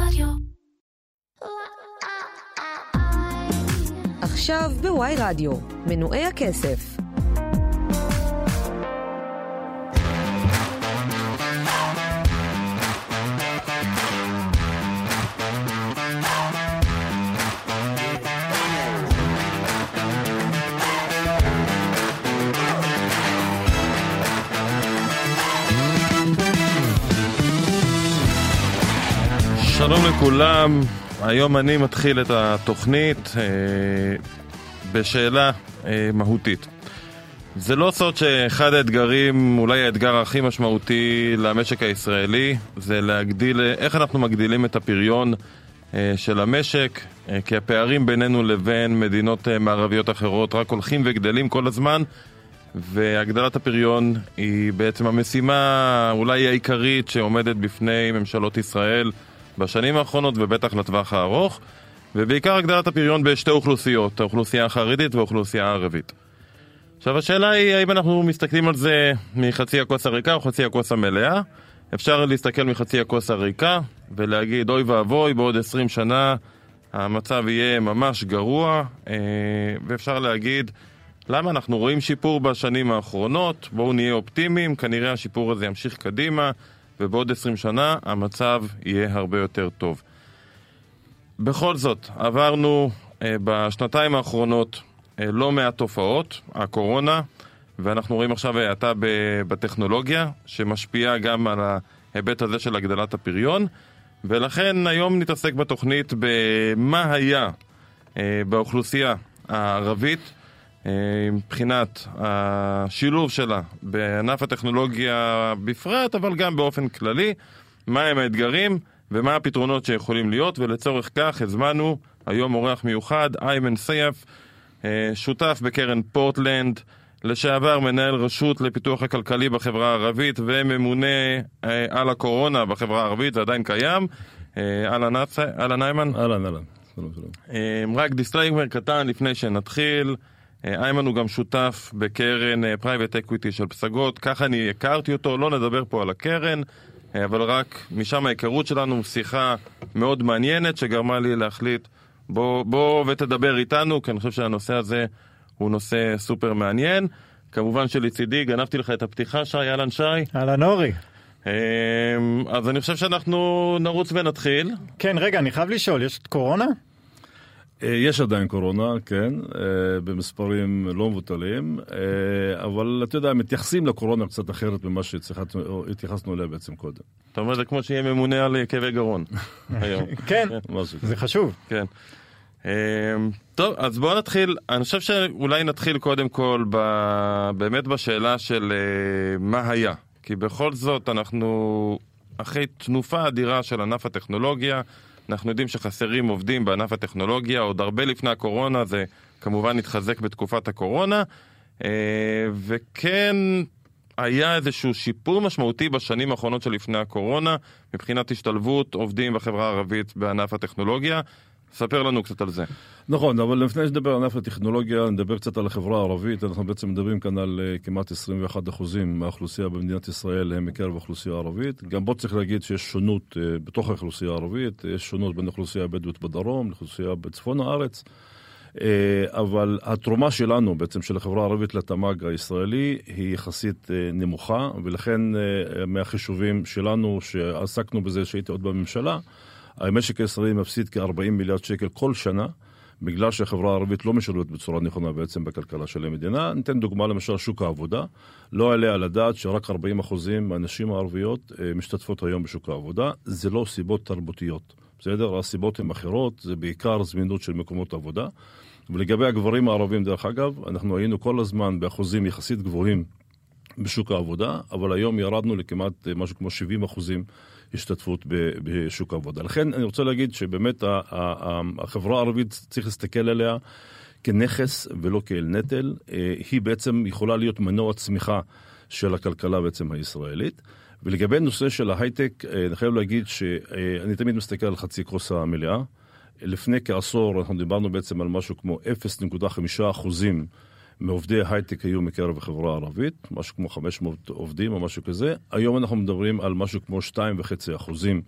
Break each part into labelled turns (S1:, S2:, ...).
S1: רדיו.
S2: עכשיו בוואי רדיו, מנועי הכסף.
S3: שלום לכולם, היום אני מתחיל את התוכנית בשאלה מהותית. זה לא סוד שאחד האתגרים, אולי האתגר הכי משמעותי למשק הישראלי, זה להגדיל, איך אנחנו מגדילים את הפריון של המשק, כי הפערים בינינו לבין מדינות מערביות אחרות רק הולכים וגדלים כל הזמן, והגדלת הפריון היא בעצם המשימה אולי העיקרית שעומדת בפני ממשלות ישראל בשנים האחרונות ובטח לטווח הארוך, ובעיקר הגדלת הפריון בשתי אוכלוסיות, האוכלוסייה החרדית והאוכלוסייה הערבית. עכשיו השאלה היא האם אנחנו מסתכלים על זה מחצי הכוס הריקה או חצי הכוס המלאה. אפשר להסתכל מחצי הכוס הריקה ולהגיד אוי ואבוי, בעוד 20 שנה המצב יהיה ממש גרוע, ואפשר להגיד למה אנחנו רואים שיפור בשנים האחרונות, בואו נהיה אופטימיים, כנראה השיפור הזה ימשיך קדימה ובעוד 20 שנה המצב יהיה הרבה יותר טוב. בכל זאת, עברנו בשנתיים האחרונות לא מעט תופעות, הקורונה, ואנחנו רואים עכשיו האטה בטכנולוגיה, שמשפיעה גם על ההיבט הזה של הגדלת הפריון, ולכן היום נתעסק בתוכנית במה היה באוכלוסייה הערבית, מבחינת השילוב שלה בענף הטכנולוגיה בפרט, אבל גם באופן כללי, מהם האתגרים ומה הפתרונות שיכולים להיות, ולצורך כך הזמנו היום אורח מיוחד, איימן סייף, שותף בקרן פורטלנד, לשעבר מנהל רשות לפיתוח הכלכלי בחברה הערבית וממונה על הקורונה בחברה הערבית, זה עדיין קיים. אהלן איימן.
S4: אהלן. שלום.
S3: רק דיסקליימר קטן לפני שנתחיל, איימן הוא גם שותף בקרן פרייבט אקוויטי של פסגות, ככה אני הכרתי אותו, לא נדבר פה על הקרן, אבל רק משם ההיכרות שלנו, שיחה מאוד מעניינת שגרמה לי להחליט בוא ותדבר איתנו, כי אני חושב שהנושא הזה הוא נושא סופר מעניין. כמובן שלצידי, גנבתי לך את הפתיחה, שי, אהלן שי.
S5: אהלן אורי.
S3: אז אני חושב שאנחנו נרוץ ונתחיל.
S5: כן, רגע, אני חייב לשאול, יש קורונה?
S4: יש עדיין קורונה, כן, במספרים לא מבוטלים, אבל אתה יודע, מתייחסים לקורונה קצת אחרת ממה שהתייחסנו אליה בעצם קודם.
S3: אתה אומר, זה כמו שיהיה ממונה על כאבי גרון היום.
S5: כן, זה חשוב.
S3: כן. טוב, אז בואו נתחיל, אני חושב שאולי נתחיל קודם כל באמת בשאלה של מה היה, כי בכל זאת אנחנו אחרי תנופה אדירה של ענף הטכנולוגיה, אנחנו יודעים שחסרים עובדים בענף הטכנולוגיה, עוד הרבה לפני הקורונה, זה כמובן התחזק בתקופת הקורונה, וכן היה איזשהו שיפור משמעותי בשנים האחרונות של לפני הקורונה, מבחינת השתלבות עובדים בחברה הערבית בענף הטכנולוגיה. ספר לנו קצת על זה.
S4: נכון, אבל לפני שנדבר על ענף הטכנולוגיה, נדבר קצת על החברה הערבית. אנחנו בעצם מדברים כאן על כמעט 21% מהאוכלוסייה במדינת ישראל הם מקרב האוכלוסייה הערבית. גם בו צריך להגיד שיש שונות בתוך האוכלוסייה הערבית, יש שונות בין האוכלוסייה הבדואית בדרום, לאוכלוסייה בצפון הארץ. אבל התרומה שלנו בעצם של החברה הערבית לתמ"ג הישראלי היא יחסית נמוכה, ולכן מהחישובים שלנו שעסקנו בזה שהייתי עוד בממשלה, המשק הישראלי מפסיד כ-40 מיליארד שקל כל שנה, בגלל שהחברה הערבית לא משלבת בצורה נכונה בעצם בכלכלה של המדינה. ניתן דוגמה למשל שוק העבודה. לא עליה על הדעת שרק 40% מהנשים הערביות משתתפות היום בשוק העבודה. זה לא סיבות תרבותיות. בסדר? הסיבות הן אחרות, זה בעיקר זמינות של מקומות עבודה. ולגבי הגברים הערבים דרך אגב, אנחנו היינו כל הזמן באחוזים יחסית גבוהים בשוק העבודה, אבל היום ירדנו לכמעט משהו כמו 70% השתתפות בשוק העבודה. לכן אני רוצה להגיד שבאמת החברה הערבית צריך להסתכל עליה כנכס ולא כאל נטל. היא בעצם יכולה להיות מנוע צמיחה של הכלכלה בעצם הישראלית. ולגבי נושא של ההייטק, אני חייב להגיד שאני תמיד מסתכל על חצי כוס המלאה. לפני כעשור אנחנו דיברנו בעצם על משהו כמו 0.5% מעובדי ההייטק היו מקרב החברה הערבית, משהו כמו 500 עובדים או משהו כזה. היום אנחנו מדברים על משהו כמו 2.5%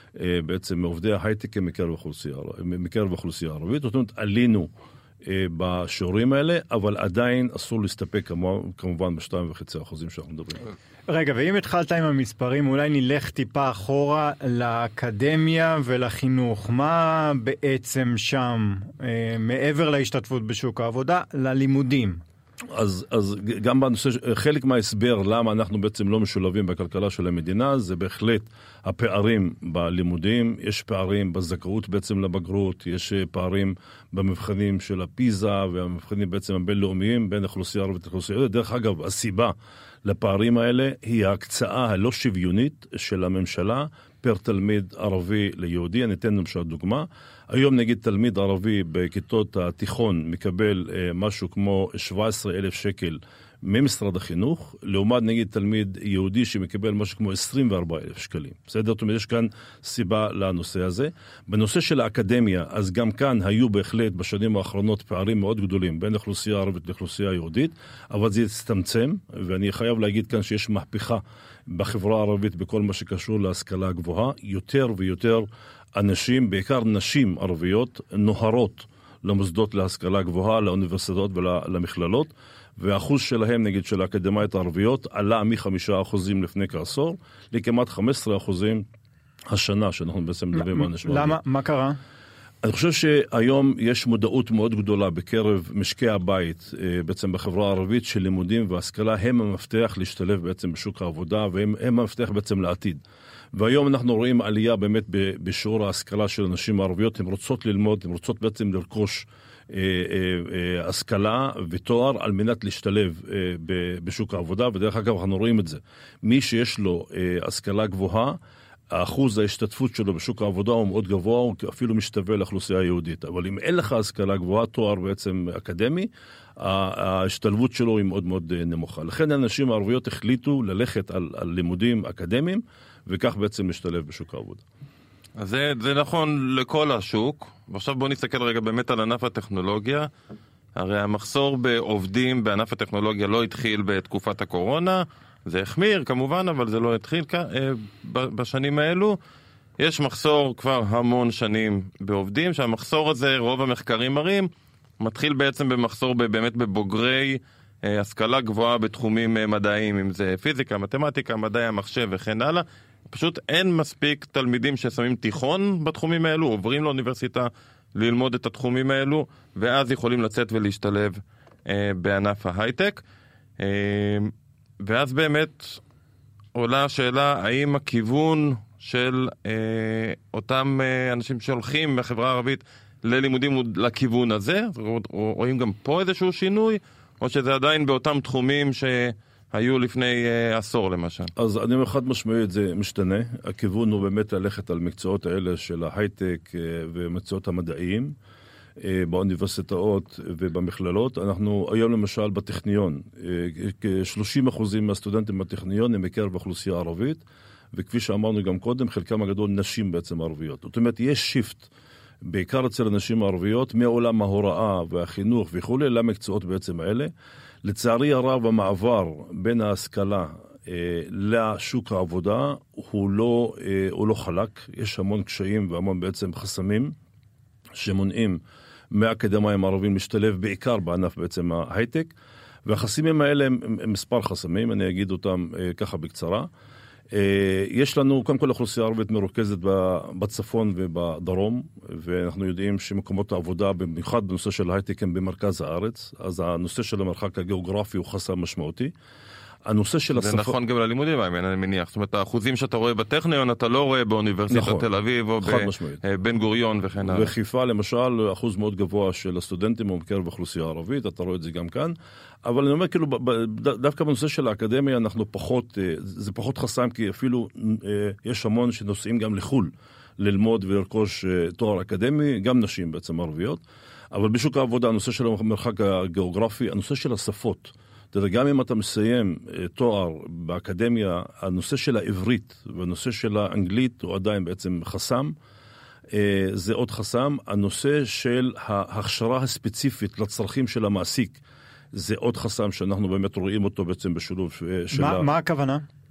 S4: בעצם מעובדי ההייטק מקרב האוכלוסייה הערבית. זאת אומרת, עלינו בשיעורים האלה, אבל עדיין אסור להסתפק כמובן ב2.5% שאנחנו מדברים.
S5: רגע, ואם התחלת עם המספרים, אולי נלך טיפה אחורה לאקדמיה ולחינוך. מה בעצם שם, מעבר להשתתפות בשוק העבודה, ללימודים?
S4: אז גם בנושא, חלק מההסבר למה אנחנו בעצם לא משולבים בכלכלה של המדינה, זה בהחלט הפערים בלימודים, יש פערים בזכאות בעצם לבגרות, יש פערים במבחנים של הפיזה והמבחנים בעצם הבינלאומיים בין אוכלוסייה ערבית לאוכלוסייה. דרך אגב, הסיבה לפערים האלה היא ההקצאה הלא שוויונית של הממשלה פר תלמיד ערבי ליהודי. אני אתן למשל דוגמה. היום נגיד תלמיד ערבי בכיתות התיכון מקבל משהו כמו 17,000 שקל ממשרד החינוך, לעומת נגיד תלמיד יהודי שמקבל משהו כמו 24,000 שקלים. בסדר? זאת אומרת, יש כאן סיבה לנושא הזה. בנושא של האקדמיה, אז גם כאן היו בהחלט בשנים האחרונות פערים מאוד גדולים בין אוכלוסייה ערבית לאוכלוסייה יהודית, אבל זה הצטמצם, ואני חייב להגיד כאן שיש מהפכה בחברה הערבית בכל מה שקשור להשכלה גבוהה. יותר ויותר אנשים, בעיקר נשים ערביות, נוהרות למוסדות להשכלה גבוהה, לאוניברסיטאות ולמכללות, והאחוז שלהם, נגיד, של האקדמיות הערביות, עלה מ5% לפני כעשור, לכמעט 15% השנה, שאנחנו בעצם מדברים על אנשים.
S5: למה? מה קרה?
S4: אני חושב שהיום יש מודעות מאוד גדולה בקרב משקי הבית, בעצם בחברה הערבית, של לימודים והשכלה הם המפתח להשתלב בעצם בשוק העבודה, והם המפתח בעצם לעתיד. והיום אנחנו רואים עלייה באמת בשיעור ההשכלה של הנשים הערביות. הן רוצות ללמוד, הן רוצות בעצם לרכוש השכלה ותואר על מנת להשתלב בשוק העבודה, ודרך אגב אנחנו רואים את זה. מי שיש לו השכלה גבוהה, האחוז ההשתתפות שלו בשוק העבודה הוא מאוד גבוה, הוא אפילו משתווה לאוכלוסייה היהודית. אבל אם אין לך השכלה גבוהה, תואר בעצם אקדמי, ההשתלבות שלו היא מאוד מאוד נמוכה. לכן האנשים הערביות החליטו ללכת על לימודים אקדמיים, וכך בעצם משתלב בשוק העבודה.
S3: אז זה נכון לכל השוק. ועכשיו בואו נסתכל רגע באמת על ענף הטכנולוגיה. הרי המחסור בעובדים בענף הטכנולוגיה לא התחיל בתקופת הקורונה, זה החמיר כמובן, אבל זה לא התחיל בשנים האלו. יש מחסור כבר המון שנים בעובדים, שהמחסור הזה, רוב המחקרים מראים, מתחיל בעצם במחסור באמת בבוגרי השכלה גבוהה בתחומים מדעיים, אם זה פיזיקה, מתמטיקה, מדעי המחשב וכן הלאה. פשוט אין מספיק תלמידים ששמים תיכון בתחומים האלו, עוברים לאוניברסיטה ללמוד את התחומים האלו, ואז יכולים לצאת ולהשתלב בענף ההייטק. ואז באמת עולה השאלה, האם הכיוון של אותם אנשים שהולכים בחברה הערבית ללימודים הוא לכיוון הזה? או האם גם פה איזשהו שינוי? או שזה עדיין באותם תחומים שהיו לפני עשור למשל?
S4: אז אני אומר חד משמעית, זה משתנה. הכיוון הוא באמת ללכת על מקצועות האלה של ההייטק ומקצועות המדעיים באוניברסיטאות ובמכללות. אנחנו היום למשל בטכניון, כ-30% מהסטודנטים בטכניון הם מקרב האוכלוסייה הערבית, וכפי שאמרנו גם קודם, חלקם הגדול נשים בעצם ערביות. זאת אומרת, יש שיפט בעיקר אצל הנשים הערביות מעולם ההוראה והחינוך וכו' למקצועות בעצם האלה. לצערי הרב, המעבר בין ההשכלה לשוק העבודה הוא לא חלק. יש המון קשיים והמון בעצם חסמים שמונעים מהאקדמאים הערבים להשתלב בעיקר בענף בעצם ההייטק, והחסמים האלה הם מספר חסמים, אני אגיד אותם ככה בקצרה. יש לנו, קודם כל האוכלוסייה הערבית מרוכזת בצפון ובדרום, ואנחנו יודעים שמקומות העבודה, במיוחד בנושא של ההייטק, הם במרכז הארץ, אז הנושא של המרחק הגיאוגרפי הוא חסם משמעותי. הנושא של
S3: זה נכון גם ללימודים, אני מניח. זאת אומרת, האחוזים שאתה רואה בטכניון, אתה לא רואה באוניברסיטת תל אביב או בבן גוריון וכן הלאה.
S4: בחיפה למשל, אחוז מאוד גבוה של הסטודנטים הוא בקרב האוכלוסייה הערבית, אתה רואה את זה גם כאן. אבל אני אומר, כאילו, דווקא בנושא של האקדמיה אנחנו פחות, זה פחות חסם, כי אפילו יש המון שנוסעים גם לחול ללמוד ולרכוש תואר אקדמי, גם נשים בעצם ערביות. אבל בשוק העבודה, הנושא של המרחק הגיאוגרפי, הנושא של השפות, גם אם אתה מסיים תואר באקדמיה, הנושא של העברית והנושא של האנגלית הוא עדיין בעצם חסם. זה עוד חסם. הנושא של ההכשרה הספציפית לצרכים של המעסיק, זה עוד חסם שאנחנו באמת רואים אותו בעצם בשילוב שלה.
S5: מה הכוונה?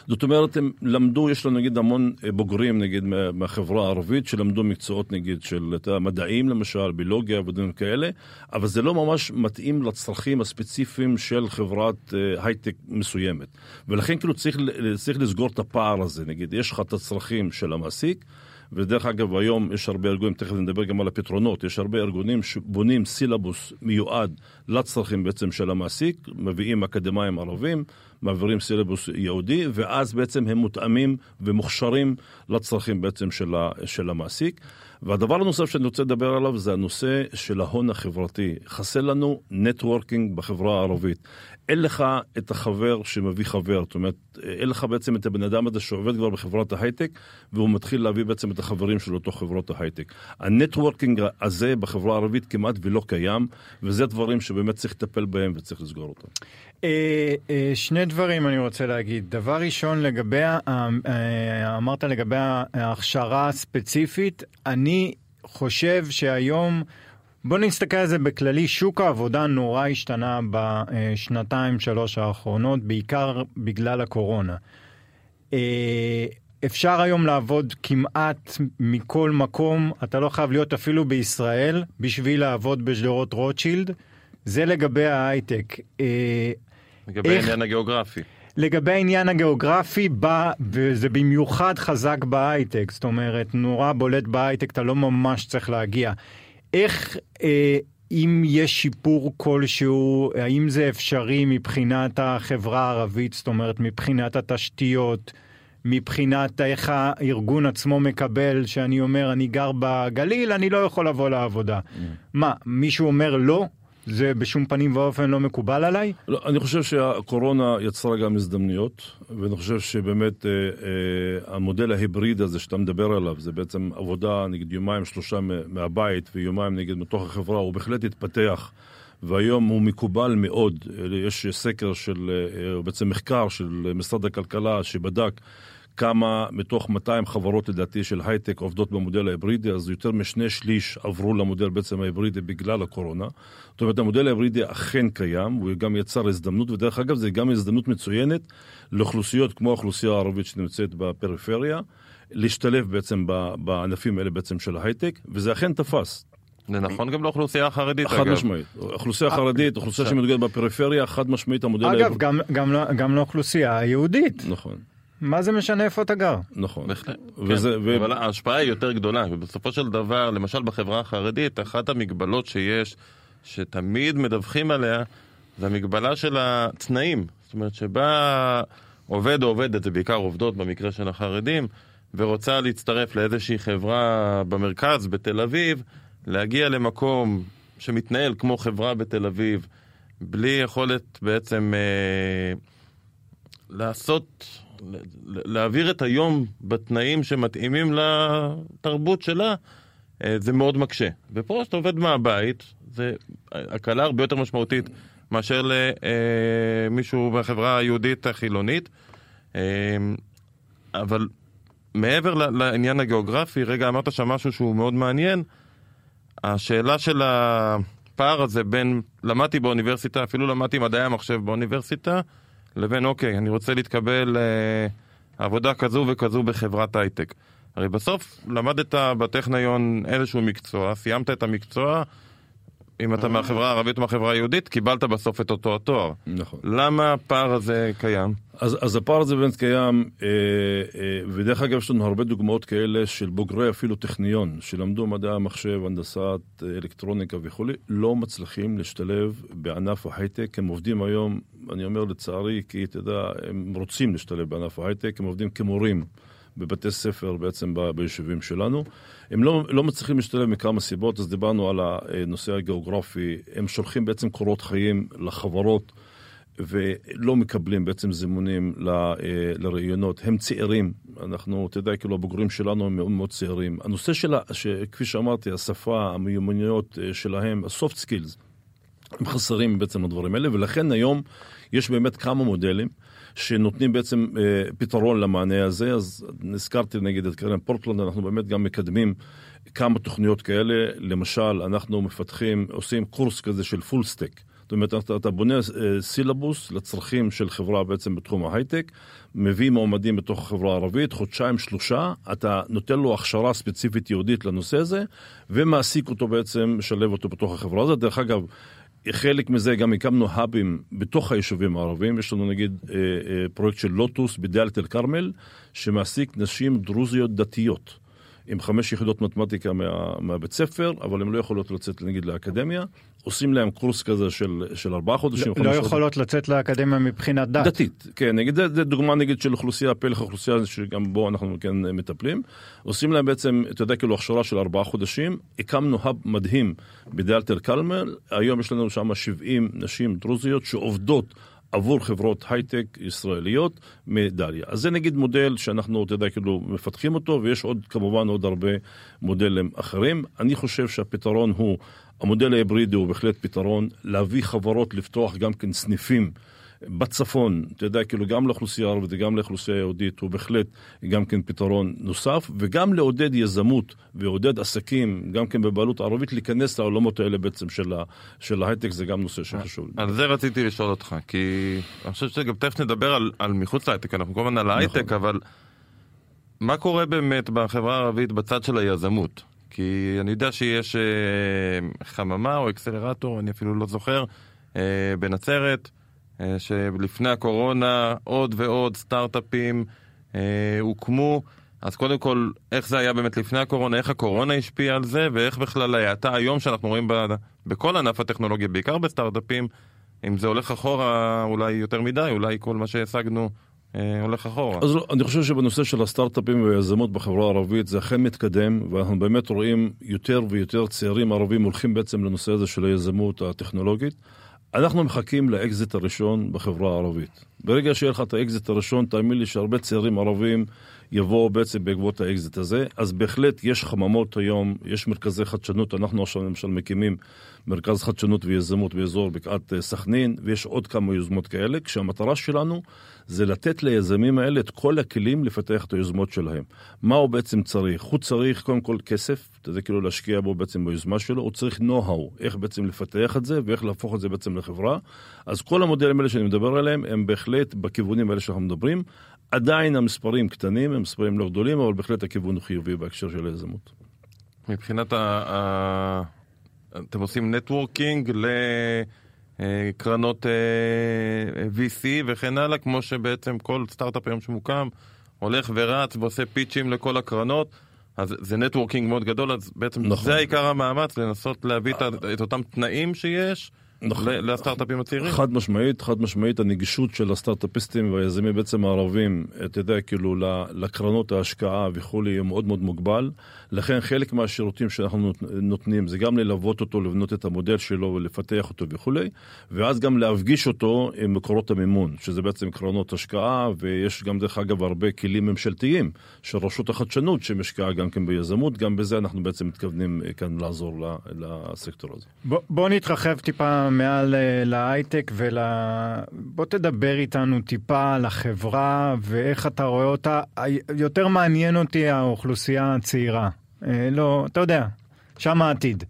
S4: זאת אומרת, הם למדו, יש לנו נגיד המון בוגרים נגיד מהחברה הערבית, שלמדו מקצועות נגיד של מדעים למשל, ביולוגיה ודברים כאלה, אבל זה לא ממש מתאים לצרכים הספציפיים של חברת הייטק מסוימת. ולכן כאילו צריך לסגור את הפער הזה, נגיד, יש לך את הצרכים של המעסיק, ודרך אגב היום יש הרבה ארגונים, תכף נדבר גם על הפתרונות, יש הרבה ארגונים שבונים סילבוס מיועד לצרכים בעצם של המעסיק, מביאים אקדמיים ערבים, מעבירים סילבוס יהודי, ואז בעצם הם מותאמים ומוכשרים לצרכים בעצם של המעסיק. והדבר הנוסף שאני רוצה לדבר עליו זה הנושא של ההון החברתי. חסר לנו נטוורקינג בחברה הערבית. אין לך את החבר שמביא חבר, זאת אומרת, אין לך בעצם את הבן אדם הזה שעובד כבר בחברת ההייטק, והוא מתחיל להביא בעצם את החברים שלו לתוך חברות ההייטק. הנטוורקינג הזה בחברה הערבית כמעט ולא קיים, וזה דברים שבאמת צריך לטפל בהם וצריך לסגור אותם.
S5: שני דברים אני רוצה להגיד. דבר ראשון, אמרת לגבי ההכשרה הספציפית, אני חושב שהיום, בוא נסתכל על זה בכללי, שוק העבודה נורא השתנה בשנתיים, שלוש האחרונות, בעיקר בגלל הקורונה. אפשר היום לעבוד כמעט מכל מקום, אתה לא חייב להיות אפילו בישראל, בשביל לעבוד בשדרות רוטשילד, זה לגבי ההייטק.
S3: לגבי העניין הגיאוגרפי.
S5: לגבי העניין הגיאוגרפי, וזה במיוחד חזק בהייטק, זאת אומרת, נורא בולט בהייטק, אתה לא ממש צריך להגיע. איך, אם יש שיפור כלשהו, האם זה אפשרי מבחינת החברה הערבית, זאת אומרת, מבחינת התשתיות, מבחינת איך הארגון עצמו מקבל, שאני אומר, אני גר בגליל, אני לא יכול לבוא לעבודה. מה, מישהו אומר לא? זה בשום פנים ואופן לא מקובל עליי?
S4: לא, אני חושב שהקורונה יצרה גם הזדמנויות, ואני חושב שבאמת המודל ההיבריד הזה שאתה מדבר עליו, זה בעצם עבודה נגד יומיים שלושה מהבית, ויומיים נגד מתוך החברה, הוא בהחלט התפתח, והיום הוא מקובל מאוד. יש סקר בעצם מחקר של משרד הכלכלה שבדק כמה מתוך 200 חברות לדעתי של הייטק עובדות במודל ההיברידי, אז יותר מ2/3 עברו למודל בעצם ההיברידי בגלל הקורונה. זאת אומרת, המודל ההיברידי אכן קיים, הוא גם יצר הזדמנות, ודרך אגב זה גם הזדמנות מצוינת לאוכלוסיות כמו האוכלוסייה הערבית שנמצאת בפריפריה, להשתלב בעצם בענפים האלה בעצם של ההייטק, וזה אכן תפס.
S3: זה נכון גם לאוכלוסייה החרדית, אגב.
S4: חד משמעית. האוכלוסייה החרדית, אוכלוסייה שמתגלת בפריפריה, חד משמעית המודל
S5: אגב, גם לאוכלוסייה היהודית.
S4: נכון.
S5: מה זה משנה איפה אתה גר?
S4: נכון.
S3: אבל ההשפעה היא יותר גדולה, ובסופו של דבר, למשל בחברה החרדית, אחת המגבלות שיש, שתמיד מדווחים עליה, זה המגבלה של התנאים. זאת אומרת, שבה עובד או עובדת, זה בעיקר עובדות במקרה של החרדים, ורוצה להצטרף לאיזושהי חברה במרכז, בתל אביב, להגיע למקום שמתנהל כמו חברה בתל אביב, בלי יכולת בעצם להעביר את היום בתנאים שמתאימים לתרבות שלה, זה מאוד מקשה. ופה שאתה עובד מהבית, זה הקלה הרבה יותר משמעותית מאשר למישהו בחברה היהודית החילונית. אבל מעבר לעניין הגיאוגרפי, רגע אמרת שם משהו שהוא מאוד מעניין, השאלה של הפער הזה בין למדתי באוניברסיטה, אפילו למדתי מדעי המחשב באוניברסיטה, לבין אוקיי, אני רוצה להתקבל עבודה כזו וכזו בחברת הייטק. הרי בסוף למדת בטכניון איזשהו מקצוע, סיימת את המקצוע, אם אתה מהחברה הערבית או מהחברה היהודית, קיבלת בסוף את אותו התואר.
S4: נכון.
S3: למה הפער הזה קיים?
S4: אז הפער הזה באמת קיים, ודרך אגב יש לנו הרבה דוגמאות כאלה של בוגרי אפילו טכניון, שלמדו מדעי המחשב, הנדסת, אלקטרוניקה וכו', לא מצליחים להשתלב בענף ההייטק. הם עובדים היום, אני אומר לצערי, כי אתה יודע, הם רוצים להשתלב בענף ההייטק, הם עובדים כמורים בבתי ספר בעצם ביישובים שלנו. הם לא מצליחים להשתלב מכמה סיבות, אז דיברנו על הנושא הגיאוגרפי, הם שולחים בעצם קורות חיים לחברות, ולא מקבלים בעצם זימונים לרעיונות. הם צעירים, אנחנו, אתה יודע, כאילו הבוגרים שלנו הם מאוד מאוד צעירים. הנושא כפי שאמרתי, השפה, המיומנויות שלהם, ה-soft skills, הם חסרים בעצם הדברים האלה, ולכן היום יש באמת כמה מודלים, שנותנים בעצם פתרון למענה הזה. אז נזכרתי נגיד את קרן פורטלנד, אנחנו באמת גם מקדמים כמה תוכניות כאלה. למשל, אנחנו מפתחים, עושים קורס כזה של פול סטק. זאת זאת אומרת, אתה בונה סילבוס לצרכים של חברה בעצם בתחום ההייטק, מביא מועמדים בתוך החברה הערבית, חודשיים, 3, אתה נותן לו הכשרה ספציפית יהודית לנושא הזה, ומעסיק אותו בעצם, משלב אותו בתוך החברה הזאת. דרך אגב, חלק מזה גם הקמנו האבים בתוך היישובים הערביים, יש לנו נגיד פרויקט של לוטוס בדאלית אל כרמל, שמעסיק נשים דרוזיות דתיות, עם 5 יחידות מתמטיקה מהבית ספר, אבל הן לא יכולות לצאת נגיד לאקדמיה, עושים להם קורס כזה של 4 חודשים.
S5: לא יכולות לצאת לאקדמיה מבחינת דת.
S4: דתית, כן, נגיד, זה דוגמה נגיד של אוכלוסייה, פלח אוכלוסייה שגם בו אנחנו כן מטפלים, עושים להם בעצם, אתה יודע, כאילו הכשרה של 4 חודשים, הקמנו האב מדהים בדאלית אל כרמל, היום יש לנו שם 70 נשים דרוזיות שעובדות עבור חברות הייטק ישראליות מדליה. אז זה נגיד מודל שאנחנו, אתה יודע, כאילו מפתחים אותו, ויש עוד, כמובן, עוד הרבה מודלים אחרים. אני חושב שהפתרון הוא, המודל ההיברידי הוא בהחלט פתרון, להביא חברות לפתוח גם כן סניפים בצפון, אתה יודע, כאילו גם לאוכלוסייה הערבית וגם לאוכלוסייה היהודית, הוא בהחלט גם כן פתרון נוסף, וגם לעודד יזמות ועודד עסקים, גם כן בבעלות ערבית, להיכנס לעולמות האלה בעצם של ההייטק, זה גם נושא שחשוב.
S3: על זה רציתי לשאול אותך, כי אני חושב שגם תכף נדבר על מחוץ להייטק, אנחנו כל הזמן על ההייטק, אבל מה קורה באמת בחברה הערבית בצד של היזמות? כי אני יודע שיש חממה או אקסלרטור, אני אפילו לא זוכר, בנצרת, שלפני הקורונה עוד ועוד סטארט-אפים הוקמו. אז קודם כל, איך זה היה באמת לפני הקורונה, איך הקורונה השפיעה על זה, ואיך בכלל הייתה היום שאנחנו רואים בכל ענף הטכנולוגיה, בעיקר בסטארט-אפים, אם זה הולך אחורה אולי יותר מדי, אולי כל מה שהשגנו הולך אחורה.
S4: אז אני חושב שבנושא של הסטארט-אפים והיזמות בחברה הערבית זה אכן מתקדם, ואנחנו באמת רואים יותר ויותר צעירים ערבים הולכים בעצם לנושא הזה של היזמות הטכנולוגית. אנחנו מחכים לאקזיט הראשון בחברה הערבית. ברגע שיהיה לך את האקזיט הראשון, תאמין לי שהרבה צעירים ערבים יבואו בעצם בעקבות האקזיט הזה. אז בהחלט יש חממות היום, יש מרכזי חדשנות, אנחנו עכשיו למשל מקימים מרכז חדשנות ויזמות באזור בקעת סכנין, ויש עוד כמה יוזמות כאלה, כשהמטרה שלנו זה לתת ליזמים האלה את כל הכלים לפתח את היוזמות שלהם. מה הוא בעצם צריך? הוא צריך קודם כל כסף, זה כאילו להשקיע בו בעצם ביוזמה שלו, הוא צריך know-how, איך בעצם לפתח את זה ואיך להפוך את זה בעצם לחברה. אז כל המודלים האלה שאני מדבר עליהם, הם בהחלט בכיוונים האלה שאנחנו מדברים. עדיין המספרים קטנים, הם מספרים לא גדולים, אבל בהחלט הכיוון הוא חיובי בהקשר של היזמות.
S3: מבחינת אתם עושים נטוורקינג לקרנות VC וכן הלאה, כמו שבעצם כל סטארט-אפ היום שמוקם הולך ורץ ועושה פיצ'ים לכל הקרנות, אז זה נטוורקינג מאוד גדול, אז בעצם נכון. זה העיקר המאמץ, לנסות להביא את אותם תנאים שיש לסטארט-אפים הצעירים.
S4: חד משמעית, הנגישות של הסטארט-אפיסטים והיזמים בעצם הערבים, אתה יודע, כאילו לקרנות ההשקעה וכו' היא מאוד מאוד מוגבל, לכן חלק מהשירותים שאנחנו נותנים זה גם ללוות אותו, לבנות את המודל שלו ולפתח אותו וכו', ואז גם להפגיש אותו עם מקורות המימון, שזה בעצם קרנות השקעה, ויש גם דרך אגב הרבה כלים ממשלתיים של רשות החדשנות שמשקעה גם כן ביזמות, גם בזה אנחנו בעצם מתכוונים כאן לעזור לסקטור הזה.
S5: בוא נתרחב טיפה מעל להייטק בוא תדבר איתנו טיפה על החברה ואיך אתה רואה אותה. יותר מעניין אותי האוכלוסייה הצעירה. לא, אתה יודע, שם העתיד.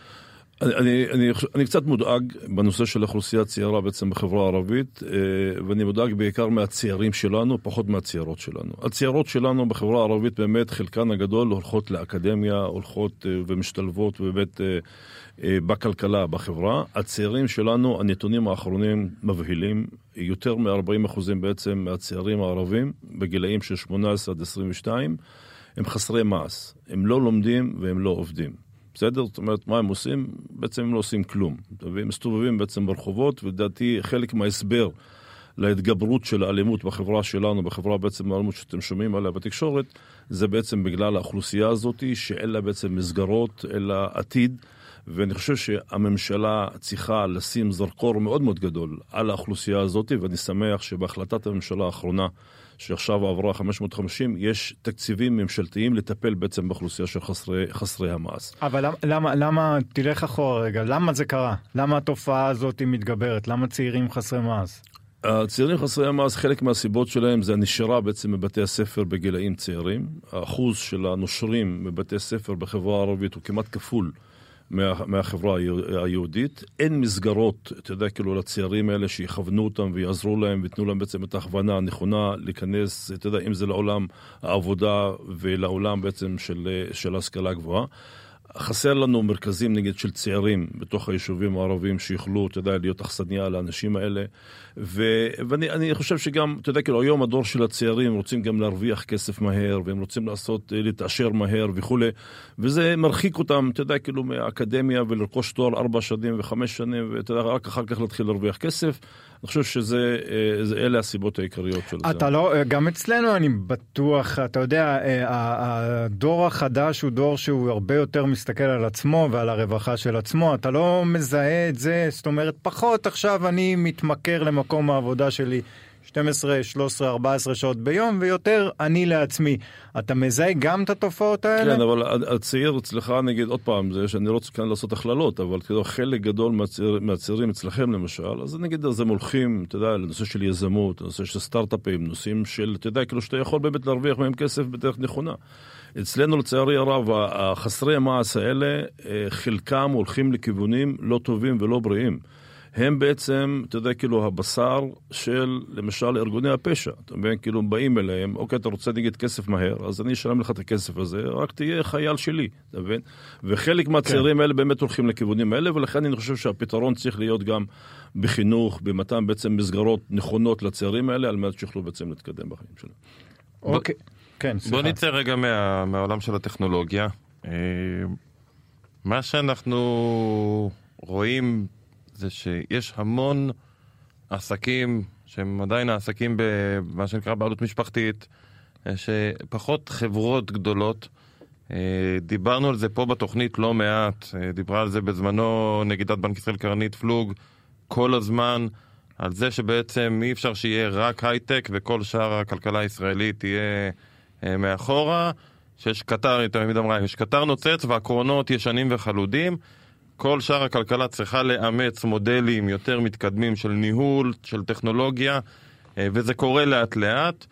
S4: אני קצת מודאג בנושא של האוכלוסייה הצעירה בעצם בחברה הערבית, ואני מודאג בעיקר מהצעירים שלנו, פחות מהצעירות שלנו. הצעירות שלנו בחברה הערבית באמת חלקן הגדול הולכות לאקדמיה, הולכות ומשתלבות באמת בכלכלה, בחברה. הצעירים שלנו, הנתונים האחרונים מבהילים, יותר מ-40% בעצם מהצעירים הערבים, בגילאים של 18 עד 22, הם חסרי מעש. הם לא לומדים והם לא עובדים. בסדר? זאת אומרת, מה הם עושים? בעצם הם לא עושים כלום. והם מסתובבים בעצם ברחובות, ודעתי חלק מההסבר להתגברות של האלימות בחברה שלנו, בחברה בעצם האלימות שאתם שומעים עליה בתקשורת, זה בעצם בגלל האוכלוסייה הזאת, שאין לה בעצם מסגרות, אלא עתיד, ואני חושב שהממשלה צריכה לשים זרקור מאוד מאוד גדול על האוכלוסייה הזאת, ואני שמח שבהחלטת הממשלה האחרונה, שעכשיו עברה 550, יש תקציבים ממשלתיים לטפל בעצם באוכלוסייה של חסרי המעש.
S5: אבל למה, תלך אחורה רגע, למה זה קרה? למה התופעה הזאת מתגברת? למה צעירים חסרי מעש?
S4: הצעירים חסרי המעש, חלק מהסיבות שלהם זה הנשירה בעצם מבתי הספר בגילאים צעירים. האחוז של הנושרים מבתי הספר בחברה הערבית הוא כמעט כפול מהחברה היהודית. אין מסגרות, אתה יודע, כאילו לצעירים האלה שיכוונו אותם ויעזרו להם ויתנו להם בעצם את ההכוונה הנכונה להיכנס, אתה יודע, אם זה לעולם העבודה ולעולם בעצם של ההשכלה גבוהה. חסר לנו מרכזים נגיד של צעירים בתוך היישובים הערבים שיוכלו, אתה יודע, להיות אכסניה לאנשים האלה. ואני חושב שגם, אתה יודע, כאילו היום הדור של הצעירים רוצים גם להרוויח כסף מהר, והם רוצים להתעשר מהר וכו'. וזה מרחיק אותם, אתה יודע, כאילו מהאקדמיה ולרכוש תואר 4 שנים ו5 שנים, ואתה יודע, רק אחר כך להתחיל להרוויח כסף. אני חושב אלה הסיבות העיקריות של זה.
S5: אתה לא, גם אצלנו אני בטוח, אתה יודע, הדור החדש הוא דור שהוא הרבה יותר מסתכל על עצמו ועל הרווחה של עצמו. אתה לא מזהה את זה, זאת אומרת, פחות עכשיו אני מתמכר למקום העבודה שלי 12, 13, 14 שעות ביום, ויותר אני לעצמי. אתה מזהה גם את התופעות האלה?
S4: כן, אבל הצעיר אצלך, נגיד, עוד פעם, זה שאני לא רוצה כאן לעשות הכללות, אבל כאילו חלק גדול מהצעירים אצלכם למשל, אז נגיד, אז הם הולכים, אתה יודע, לנושא של יזמות, לנושא של סטארט-אפים, נושאים של, אתה יודע, כאילו שאתה יכול באמת להרוויח מהם כסף בדרך נכונה. אצלנו לצערי הרב, החסרי המעש האלה, חלקם הולכים לכיוונים לא טובים ולא בריאים. הם בעצם, אתה יודע, כאילו הבשר של, למשל, ארגוני הפשע. אתה מבין, כאילו, באים אליהם, אוקיי, אתה רוצה נגיד כסף מהר, אז אני אשלם לך את הכסף הזה, רק תהיה חייל שלי, אתה מבין? וחלק מהצעירים האלה באמת הולכים לכיוונים האלה, ולכן אני חושב שהפתרון צריך להיות גם בחינוך, במתן בעצם מסגרות נכונות לצעירים האלה, על מנת שיוכלו בעצם להתקדם בחיים שלהם.
S5: אוקיי, כן, סליחה.
S3: בוא נצא רגע מהעולם של הטכנולוגיה. מה שאנחנו רואים זה שיש המון עסקים שהם עדיין העסקים במה שנקרא בעלות משפחתית, שפחות חברות גדולות. דיברנו על זה פה בתוכנית לא מעט, דיברה על זה בזמנו נגידת בנק ישראל קרנית פלוג, כל הזמן על זה שבעצם אי אפשר שיהיה רק הייטק וכל שאר הכלכלה הישראלית תהיה מאחורה, שיש קטר, תמיד אמרה, יש קטר נוצץ והקרונות ישנים וחלודים, כל שאר הכלכלה צריכה לאמץ מודלים יותר מתקדמים של ניהול, של טכנולוגיה, וזה קורה לאט לאט.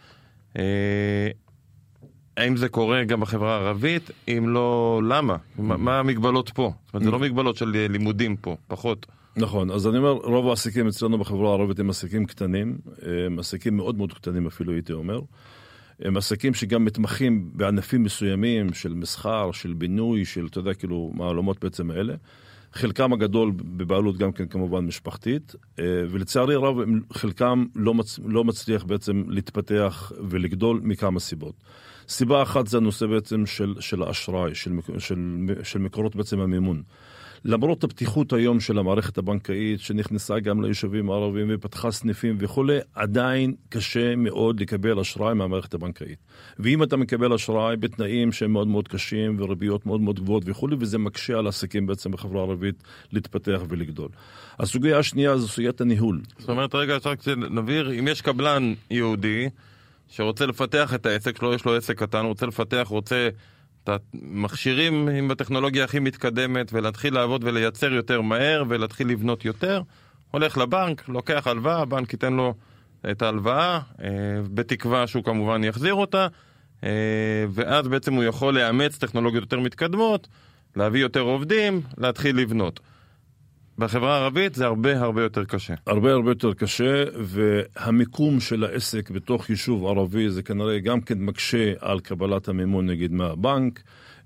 S3: האם זה קורה גם בחברה הערבית? אם לא, למה? מה המגבלות פה? זאת אומרת, זה לא מגבלות של לימודים פה, פחות.
S4: נכון, אז אני אומר, רוב העסקים אצלנו בחברה הערבית הם עסקים קטנים, הם עסקים מאוד מאוד קטנים אפילו הייתי אומר. הם עסקים שגם מתמחים בענפים מסוימים של מסחר, של בינוי, של, אתה יודע, כאילו, מהעולמות בעצם האלה. חלקם הגדול בבעלות גם כן כמובן משפחתית, ולצערי רב חלקם לא מצליח בעצם להתפתח ולגדול מכמה סיבות. סיבה אחת זה הנושא בעצם של האשראי, של מקורות בעצם המימון. למרות הפתיחות היום של המערכת הבנקאית שנכנסה גם ליישובים הערביים ופתחה סניפים וכו', עדיין קשה מאוד לקבל אשראי מהמערכת הבנקאית. ואם אתה מקבל אשראי בתנאים שהם מאוד מאוד קשים וריביות מאוד מאוד גבוהות וכו', וזה מקשה על עסקים בעצם בחברה הערבית להתפתח ולגדול. הסוגיה השנייה זו סוגיית הניהול.
S3: זאת אומרת, רגע, רק נבהיר, אם יש קבלן יהודי שרוצה לפתח את העסק שלו, יש לו עסק קטן, רוצה לפתח, רוצה את המכשירים עם הטכנולוגיה הכי מתקדמת ולהתחיל לעבוד ולייצר יותר מהר ולהתחיל לבנות יותר, הולך לבנק, לוקח הלוואה, הבנק ייתן לו את ההלוואה, בתקווה שהוא כמובן יחזיר אותה, ואז בעצם הוא יכול לאמץ טכנולוגיות יותר מתקדמות, להביא יותר עובדים, להתחיל לבנות. בחברה הערבית זה הרבה הרבה יותר קשה.
S4: הרבה הרבה יותר קשה, והמיקום של העסק בתוך יישוב ערבי זה כנראה גם כן מקשה על קבלת המימון נגיד מהבנק,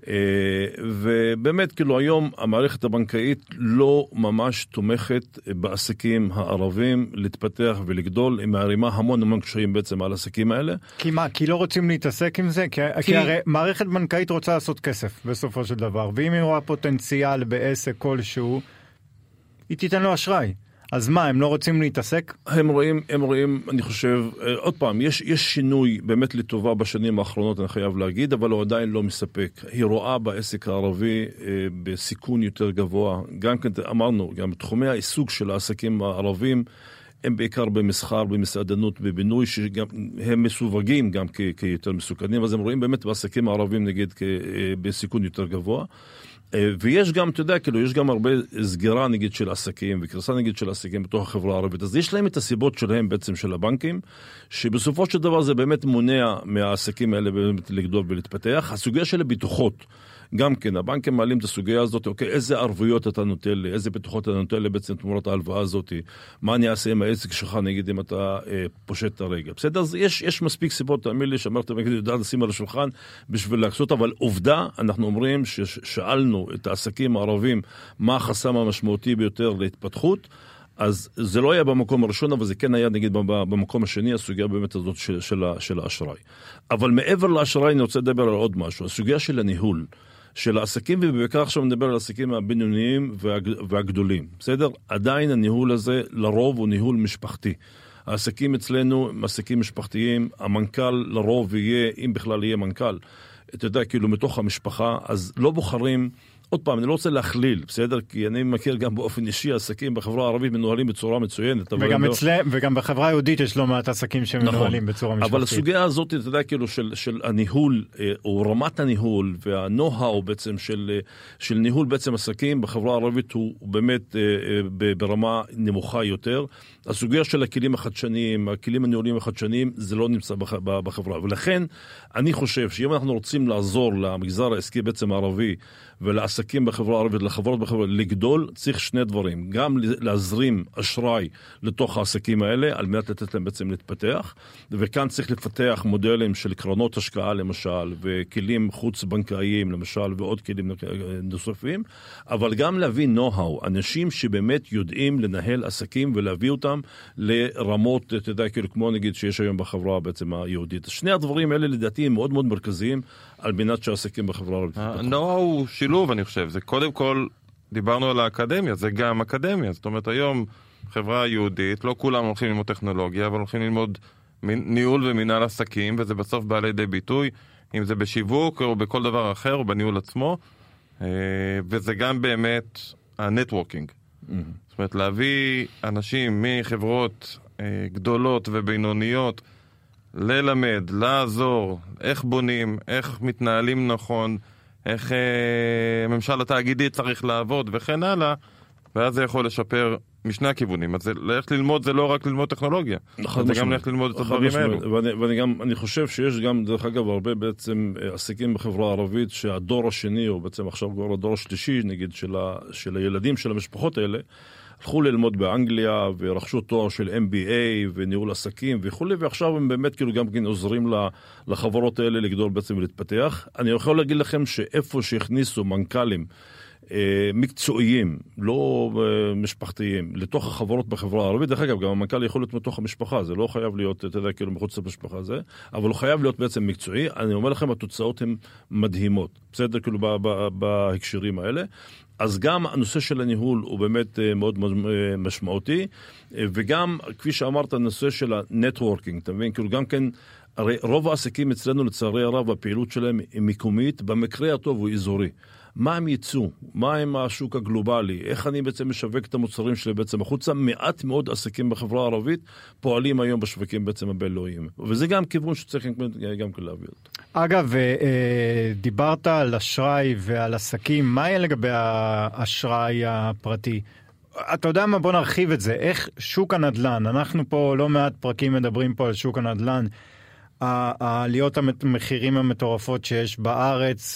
S4: ובאמת כאילו היום המערכת הבנקאית לא ממש תומכת בעסקים הערבים להתפתח ולגדול, היא מערימה המון קשיים בעצם על העסקים האלה.
S5: כי מה? כי לא רוצים להתעסק עם זה? כי הרי מערכת בנקאית רוצה לעשות כסף בסופו של דבר, ואם היא רואה פוטנציאל בעסק כלשהו, היא תיתן לו אשראי. אז מה, הם לא רוצים להתעסק?
S4: הם רואים, אני חושב, עוד פעם, יש שינוי באמת לטובה בשנים האחרונות, אני חייב להגיד, אבל הוא עדיין לא מספק. היא רואה בעסק הערבי בסיכון יותר גבוה. גם אמרנו, גם תחומי העיסוק של העסקים הערבים, הם בעיקר במסחר, במסעדנות, בבינוי, שגם הם מסווגים גם כיותר מסוכנים, אז הם רואים באמת בעסקים הערבים, נגיד, בסיכון יותר גבוה. ויש גם, אתה יודע, כאילו, יש גם הרבה סגירה, נגיד, של עסקים, וקרסה, נגיד, של עסקים בתוך החברה הערבית. אז יש להם את הסיבות שלהם, בעצם, של הבנקים, שבסופו של דבר זה באמת מונע מהעסקים האלה באמת לגדול ולהתפתח. הסוגיה של הביטוחות, גם כן, הבנקים מעלים את הסוגיה הזאת, אוקיי, איזה ערבויות אתה נותן לי, איזה בטוחות אתה נותן לי בעצם תמורת ההלוואה הזאת, מה אני אעשה עם העסק שלך, נגיד אם אתה פושט את הרגל. בסדר, אז יש מספיק סיבות, תאמין לי, שאמרתי, אני יודע לשים על השולחן בשביל להקצות, אבל עובדה, אנחנו אומרים ששאלנו את העסקים הערבים, מה החסם המשמעותי ביותר להתפתחות, אז זה לא היה במקום הראשון, אבל זה כן היה, נגיד, במקום השני, הסוגיה באמת הזאת של האשראי. אבל מעבר לאשראי, אני רוצה לדבר על עוד משהו, הסוגיה של הניהול, של העסקים, ובעיקר עכשיו נדבר על העסקים הבינוניים והגדולים. בסדר? עדיין הניהול הזה, לרוב, הוא ניהול משפחתי. העסקים אצלנו הם עסקים משפחתיים, המנכ"ל לרוב יהיה, אם בכלל יהיה מנכ"ל, אתה יודע, כאילו מתוך המשפחה, אז לא בוחרים, עוד פעם, אני לא רוצה להכליל, בסדר? כי אני מכיר גם באופן אישי, עסקים בחברה הערבית מנוהלים בצורה מצוינת.
S5: וגם בחברה היהודית יש לא מעט עסקים שמנוהלים בצורה משפחתית. אבל
S4: הסוגיה הזאת, אתה יודע, כאילו של הניהול, או רמת הניהול, והנוהאו בעצם של ניהול בעצם עסקים בחברה הערבית הוא באמת ברמה נמוכה יותר. הסוגיה של הכלים החדשניים, הכלים הניהוליים החדשניים, זה לא נמצא בחברה. ולכן אני חושב שאם אנחנו רוצים לעזור למגזר העסקי בעצם הערבי, ולעסקים בחברה הערבית, לחברות בחברה, לגדול, צריך שני דברים. גם להזרים אשראי לתוך העסקים האלה, על מנת לתת להם בעצם להתפתח, וכאן צריך לפתח מודלים של קרנות השקעה למשל, וכלים חוץ בנקאיים למשל, ועוד כלים נוספים, אבל גם להביא נו-האו, אנשים שבאמת יודעים לנהל עסקים ולהביא אותם לרמות, אתה יודע, כמו נגיד שיש היום בחברה בעצם היהודית. שני הדברים האלה לדעתי הם מאוד מאוד מרכזיים, על מנת שהעסקים בחברה הערבית.
S3: נו-האו שילוב, אני חושב, זה קודם כל, דיברנו על האקדמיה, זה גם אקדמיה, זאת אומרת היום חברה יהודית, לא כולם הולכים ללמוד טכנולוגיה, אבל הולכים ללמוד ניהול ומנהל עסקים, וזה בסוף בא לידי ביטוי, אם זה בשיווק או בכל דבר אחר, או בניהול עצמו, וזה גם באמת הנטוורקינג. זאת אומרת, להביא אנשים מחברות גדולות ובינוניות, ללמד, לעזור, איך בונים, איך מתנהלים נכון, איך הממשל התאגידי צריך לעבוד וכן הלאה, ואז זה יכול לשפר משני הכיוונים. אז ללכת ללמוד זה לא רק ללמוד טכנולוגיה, זה גם ללכת ללמוד את הדברים האלו.
S4: ואני חושב שיש גם, דרך אגב, הרבה בעצם עסקים בחברה הערבית שהדור השני, או בעצם עכשיו כבר הדור השלישי, נגיד, של הילדים של המשפחות האלה, הלכו ללמוד באנגליה ורכשו תואר של MBA וניהול עסקים וכו', ועכשיו הם באמת כאילו גם כן עוזרים לחברות האלה לגדול בעצם ולהתפתח. אני יכול להגיד לכם שאיפה שהכניסו מנכ"לים מקצועיים, לא משפחתיים, לתוך החברות בחברה הערבית, דרך אגב, גם המנכ"ל יכול להיות מתוך המשפחה, זה לא חייב להיות, אתה יודע, כאילו מחוץ למשפחה הזה, אבל הוא חייב להיות בעצם מקצועי. אני אומר לכם, התוצאות הן מדהימות, בסדר, כאילו בהקשרים האלה. אז גם הנושא של הניהול הוא באמת מאוד משמעותי, וגם, כפי שאמרת, הנושא של הנטוורקינג, אתה מבין? כאילו גם כן, הרי רוב העסקים אצלנו, לצערי הרב, הפעילות שלהם היא מקומית, במקרה הטוב הוא אזורי. מה הם ייצאו? מה הם השוק הגלובלי? איך אני בעצם משווק את המוצרים שלי בעצם החוצה? מעט מאוד עסקים בחברה הערבית פועלים היום בשווקים בעצם הבינלאומיים. וזה גם כיוון שצריך גם כן להביא אותו.
S5: אגב, דיברת על אשראי ועל עסקים. מה יהיה לגבי האשראי הפרטי? אתה יודע מה? בוא נרחיב את זה. איך שוק הנדל"ן, אנחנו פה לא מעט פרקים מדברים פה על שוק הנדל"ן, העליות המחירים המטורפות שיש בארץ,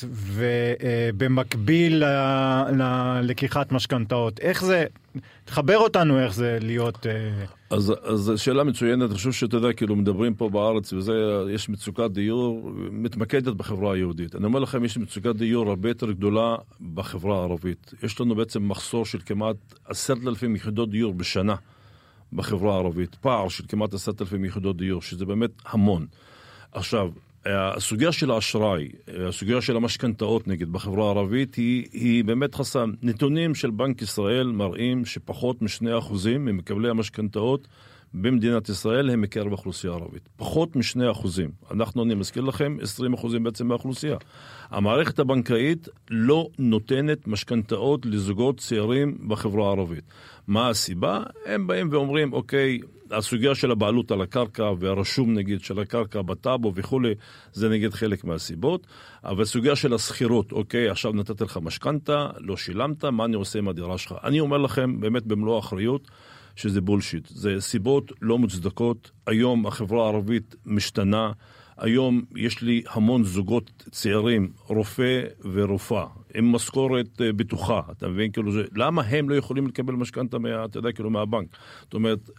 S5: ובמקביל ללקיחת משכנתאות. איך זה, תחבר אותנו איך זה להיות...
S4: אז שאלה מצוינת, אני חושב שאתה יודע, כאילו מדברים פה בארץ, וזה, יש מצוקת דיור מתמקדת בחברה היהודית. אני אומר לכם, יש מצוקת דיור הרבה יותר גדולה בחברה הערבית. יש לנו בעצם מחסור של כמעט 10,000 יחידות דיור בשנה בחברה הערבית. פער של כמעט 10,000 יחידות דיור, שזה באמת המון. עכשיו, הסוגיה של האשראי, הסוגיה של המשכנתאות נגיד בחברה הערבית היא באמת חסם. נתונים של בנק ישראל מראים שפחות מ2% ממקבלי המשכנתאות במדינת ישראל הם מקרב האוכלוסייה הערבית. פחות מ2%. אני מזכיר לכם, 20% בעצם מהאוכלוסייה. המערכת הבנקאית לא נותנת משכנתאות לזוגות צעירים בחברה הערבית. מה הסיבה? הם באים ואומרים, אוקיי, הסוגיה של הבעלות על הקרקע והרשום נגיד של הקרקע בטאבו וכו', זה נגיד חלק מהסיבות. אבל הסוגיה של הסחירות, אוקיי, עכשיו נתת לך משכנתה, לא שילמת, מה אני עושה עם הדירה שלך? אני אומר לכם באמת במלוא האחריות, שזה בולשיט. זה סיבות לא מוצדקות. היום החברה הערבית משתנה, היום יש לי המון זוגות צעירים, רופא ורופאה, עם משכורת בטוחה, אתה מבין? כאילו למה הם לא יכולים לקבל משכנתה אתה יודע, כאילו מהבנק? זאת אומרת,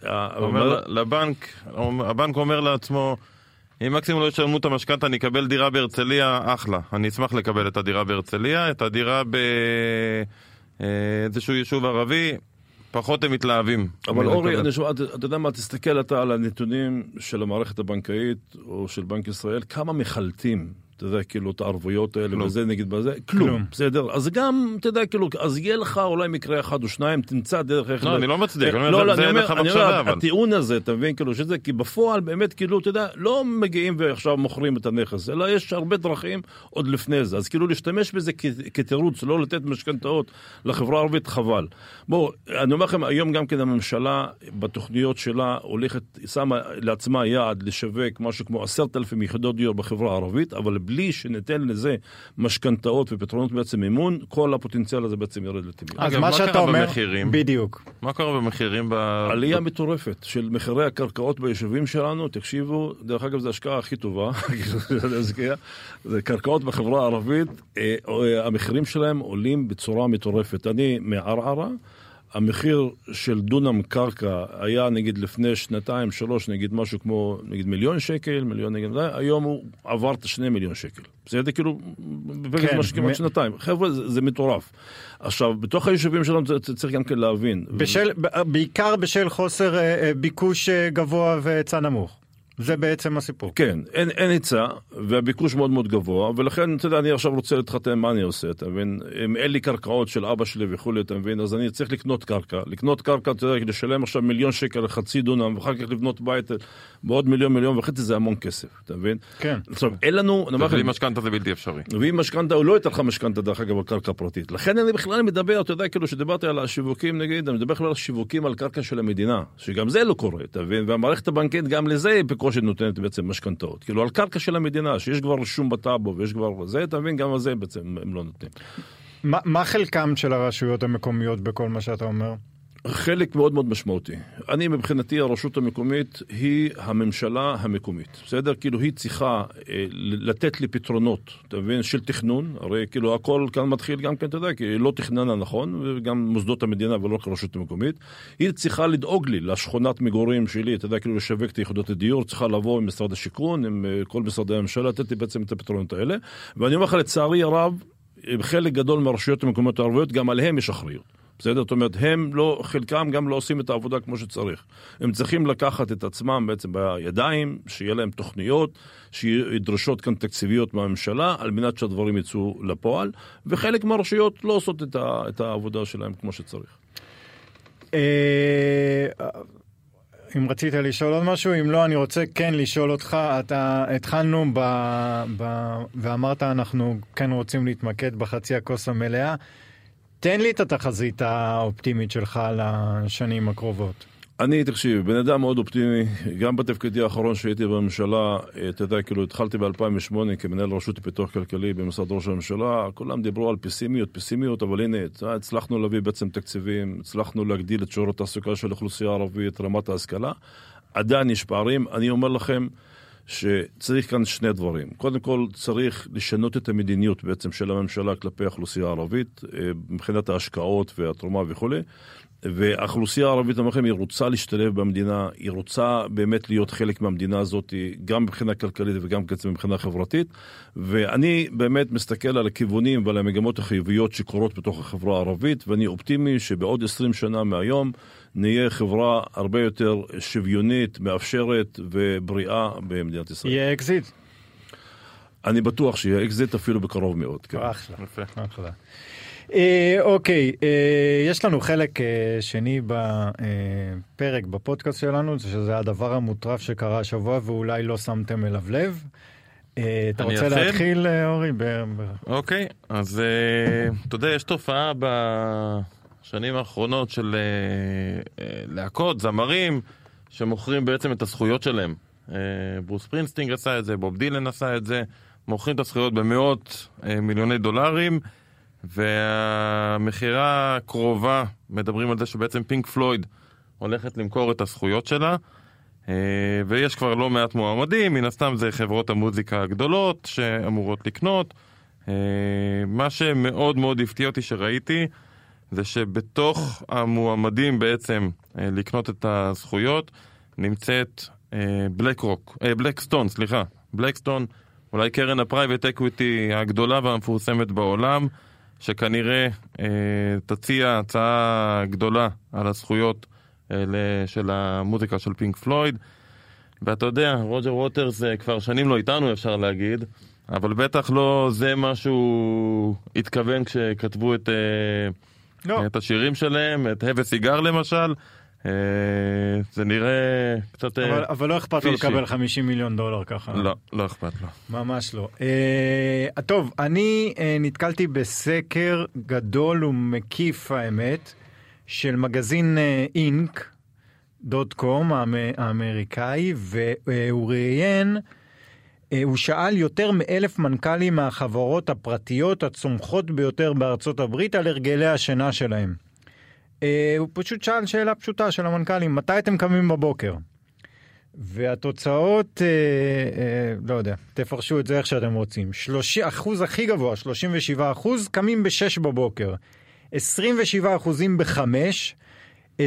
S3: הבנק אומר לעצמו, אם מקסימום לא ישלמו את המשכנתה, אני אקבל דירה בהרצליה, אחלה. אני אשמח לקבל את הדירה בהרצליה, את הדירה באיזשהו יישוב ערבי, פחות הם מתלהבים.
S4: אבל אורי, אתה יודע מה, תסתכל אתה על הנתונים של המערכת הבנקאית, או של בנק ישראל, כמה מחלטים, אתה יודע, כאילו, את הערבויות האלה, וזה נגיד בזה, כלום, בסדר? אז גם, אתה יודע, כאילו, אז יהיה לך אולי מקרה אחד או שניים, תמצא דרך איך...
S3: לא, אני לא מצדיק, אני אומר,
S4: הטיעון הזה, אתה מבין, כאילו, שזה, כי בפועל, באמת, כאילו, אתה יודע, לא מגיעים ועכשיו מוכרים את הנכס, אלא יש הרבה דרכים עוד לפני זה, אז כאילו, להשתמש בזה כתירוץ, לא לתת משכנתאות לחברה הערבית, חבל. בואו, אני אומר לכם, היום גם כן הממשלה, בתוכניות שלה, הולכת, שמה לעצמה יעד לשווק משהו כמו 10,000 יחידות דיור בחברה הערבית, אבל בלי שניתן לזה משכנתאות ופתרונות בעצם מימון, כל הפוטנציאל הזה בעצם ירד לטמיון.
S5: אז מה שאתה אומר, בדיוק.
S3: מה קורה במחירים?
S4: עלייה מטורפת של מחירי הקרקעות ביישובים שלנו, תקשיבו, דרך אגב, זו השקעה הכי טובה, זה קרקעות בחברה הערבית, המחירים שלהם עולים בצורה מטורפת. אני מערערה, המחיר של דונם קרקע היה נגיד לפני 2-3 נגיד משהו כמו נגיד $1,000,000, נגיד, היום הוא עבר את 2 מיליון שקל. זה כאילו בפגש משהו כמעט 2. חבר'ה, זה מטורף. עכשיו, בתוך היישובים שלנו צריך גם כן להבין.
S5: בעיקר בשל חוסר ביקוש גבוה והיצע נמוך. זה בעצם הסיפור.
S4: כן, אין היצע, והביקוש מאוד מאוד גבוה, ולכן, אתה יודע, אני עכשיו רוצה להתחתן, מה אני עושה, אתה מבין? אם אין לי קרקעות של אבא שלי וכו', אתה מבין? אז אני צריך לקנות קרקע. לקנות קרקע, אתה יודע, לשלם עכשיו $1,000,000 לחצי דונם, ואחר כך לבנות בית בעוד $1,000,000, זה המון כסף, אתה מבין?
S5: כן.
S4: עכשיו, אין לנו...
S3: ובלי משכנתה זה בלתי אפשרי.
S4: ואם משכנתה, הוא לא ייתן לך משכנתה, דרך אגב, על קרקע פרטית. לכן אני בכלל מדבר, אתה יודע, כאילו שדיברתי על השיווקים, נגיד, אני מדבר בכלל על שיווקים על קרקע של המדינה, שגם זה לא קורה, אתה מבין? והמערכת הבנקאית גם לזה בקושי נותנת בעצם משכנתאות. כאילו על קרקע של המדינה, שיש כבר רשום בטאבו ויש כבר זה, אתה מבין? גם על זה בעצם הם לא נותנים.
S5: מה חלקם של הרשויות המקומיות בכל מה שאתה אומר?
S4: חלק מאוד מאוד משמעותי. אני מבחינתי הרשות המקומית היא הממשלה המקומית. בסדר? כאילו היא צריכה לתת לי פתרונות, אתה מבין? של תכנון. הרי כאילו הכל כאן מתחיל גם כן, אתה יודע, כי היא לא תכננה נכון, וגם מוסדות המדינה ולא כרשות המקומית. היא צריכה לדאוג לי לשכונת מגורים שלי, אתה יודע, כאילו לשווק את יחידות הדיור, צריכה לבוא עם משרד השיכון, עם כל משרדי הממשלה, לתת לי בעצם את הפתרונות האלה. ואני אומר לך, לצערי הרב, חלק גדול מהרשויות המקומיות הערביות, גם עליהם יש אחריות. בסדר? זאת אומרת, חלקם גם לא עושים את העבודה כמו שצריך. הם צריכים לקחת את עצמם בעצם בידיים, שיהיה להם תוכניות, שידרשות כאן תקציביות מהממשלה, על מנת שהדברים יצאו לפועל, וחלק מהרשויות לא עושות את העבודה שלהם כמו שצריך.
S5: אם רצית לשאול עוד משהו, אם לא, אני רוצה כן לשאול אותך, התחלנו ואמרת, אנחנו כן רוצים להתמקד בחצי הכוס המלאה, תן לי את התחזית האופטימית שלך לשנים הקרובות.
S4: אני, תקשיב, בן אדם מאוד אופטימי, גם בתפקידי האחרון שהייתי בממשלה, אתה יודע, כאילו התחלתי ב-2008 כמנהל רשות לפיתוח כלכלי במשרד ראש הממשלה, כולם דיברו על פסימיות, אבל הנה, הצלחנו להביא בעצם תקציבים, הצלחנו להגדיל את שיעור התעסוקה של האוכלוסייה הערבית, רמת ההשכלה, עדיין יש פערים, אני אומר לכם, שצריך כאן שני דברים. קודם כל, צריך לשנות את המדיניות בעצם של הממשלה כלפי האוכלוסייה הערבית, מבחינת ההשקעות והתרומה וכו'. והאוכלוסייה הערבית, אמרכם, היא רוצה להשתלב במדינה, היא רוצה באמת להיות חלק מהמדינה הזאת, גם מבחינה כלכלית וגם מבחינה חברתית. ואני באמת מסתכל על הכיוונים ועל המגמות החיוביות שקורות בתוך החברה הערבית, ואני אופטימי שבעוד 20 שנה מהיום נהיה חברה הרבה יותר שוויונית, מאפשרת ובריאה במדינת ישראל.
S5: יהיה אקזיט.
S4: אני בטוח שיהיה אקזיט אפילו בקרוב מאוד.
S5: אחלה. אחלה. אוקיי, יש לנו חלק שני בפרק, בפודקאסט שלנו, שזה הדבר המוטרף שקרה השבוע ואולי לא שמתם אליו לב. אתה רוצה להתחיל, אורי?
S3: אוקיי, אז אתה יודע, יש תופעה בשנים האחרונות של להקות, זמרים, שמוכרים בעצם את הזכויות שלהם. ברוס פרינסטינג עשה את זה, בוב דילן עשה את זה, מוכרים את הזכויות במאות מיליוני דולרים, והמחירה הקרובה, מדברים על זה שבעצם פינק פלויד הולכת למכור את הזכויות שלה. ויש כבר לא מעט מועמדים, מן הסתם זה חברות המוזיקה הגדולות שאמורות לקנות. מה שמאוד מאוד הפתיע אותי שראיתי, זה שבתוך המועמדים בעצם לקנות את הזכויות, נמצאת בלקסטון, אולי קרן הפרייבט אקוויטי הגדולה והמפורסמת בעולם, שכנראה תציע הצעה גדולה על הזכויות של המוזיקה של פינק פלויד. ואתה יודע, רוג'ר ווטרס כבר שנים לא איתנו, אפשר להגיד, אבל בטח לא זה מה שהוא התכוון כשכתבו את השירים שלהם, את הווה סיגר למשל. זה נראה קצת
S5: אבל לא אכפת לו לקבל $50 מיליון ככה.
S3: לא אכפת לו.
S5: ממש לא. טוב, אני נתקלתי בסקר גדול ומקיף האמת, של מגזין Inc.com האמריקאי, והוא ראיין, הוא שאל יותר מ1,000 מנכ"לים מהחברות הפרטיות הצומחות ביותר בארצות הברית על הרגלי השינה שלהם. הוא פשוט שאל שאלה פשוטה של המנכ"לים, מתי אתם קמים בבוקר? והתוצאות, לא יודע, תפרשו את זה איך שאתם רוצים. אחוז הכי גבוה, 37%, קמים ב6 בבוקר. 27% ב5, 22%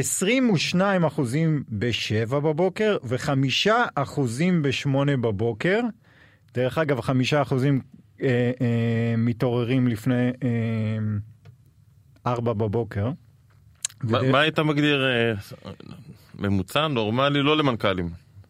S5: ב7 בבוקר, ו5% ב8 בבוקר. דרך אגב, 5% מתעוררים לפני 4 בבוקר.
S3: מה היית מגדיר ממוצע, נורמלי, לא למנכ"לים?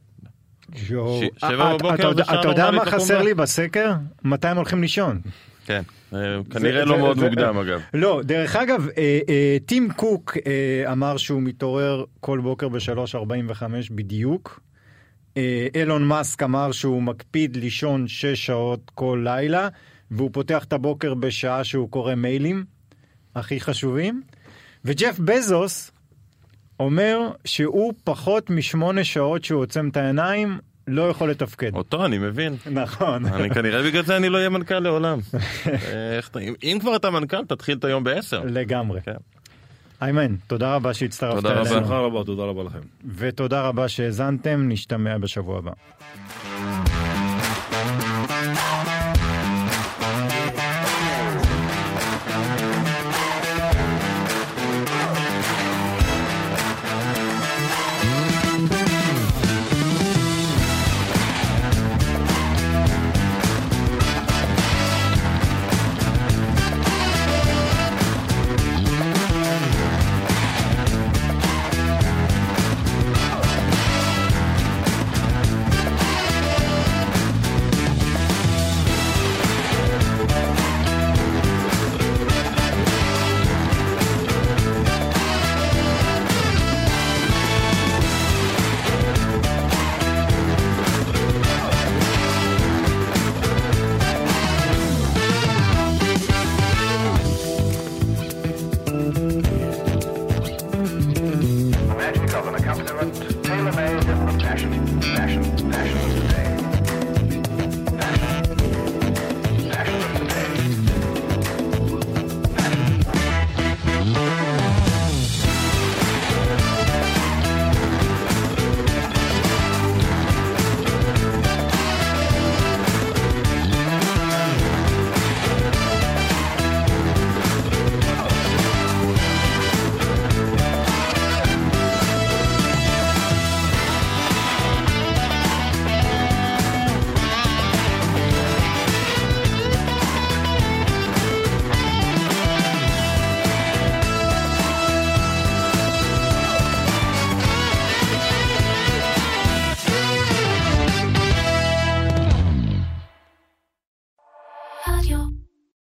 S3: 7 בבוקר זה שעה נורמלית.
S5: אתה יודע מה חסר לי בסקר? מתי הם הולכים לישון?
S3: כן, כנראה לא מאוד מוקדם אגב.
S5: לא, דרך אגב, טים קוק אמר שהוא מתעורר כל בוקר ב-3:45 בדיוק. אילון מאסק אמר שהוא מקפיד לישון 6 שעות כל לילה, והוא פותח את הבוקר בשעה שהוא קורא מיילים הכי חשובים. וג'ף בזוס אומר שהוא פחות מ8 שעות שהוא עוצם את העיניים, לא יכול לתפקד.
S3: אותו אני מבין.
S5: נכון.
S3: אני כנראה בגלל זה אני לא אהיה מנכ"ל לעולם. אם כבר אתה מנכ"ל, תתחיל את היום ב10.
S5: לגמרי. איימן, תודה רבה שהצטרפת אלינו.
S4: תודה רבה, תודה רבה לכם.
S5: ותודה רבה שהזנתם, נשתמע בשבוע הבא.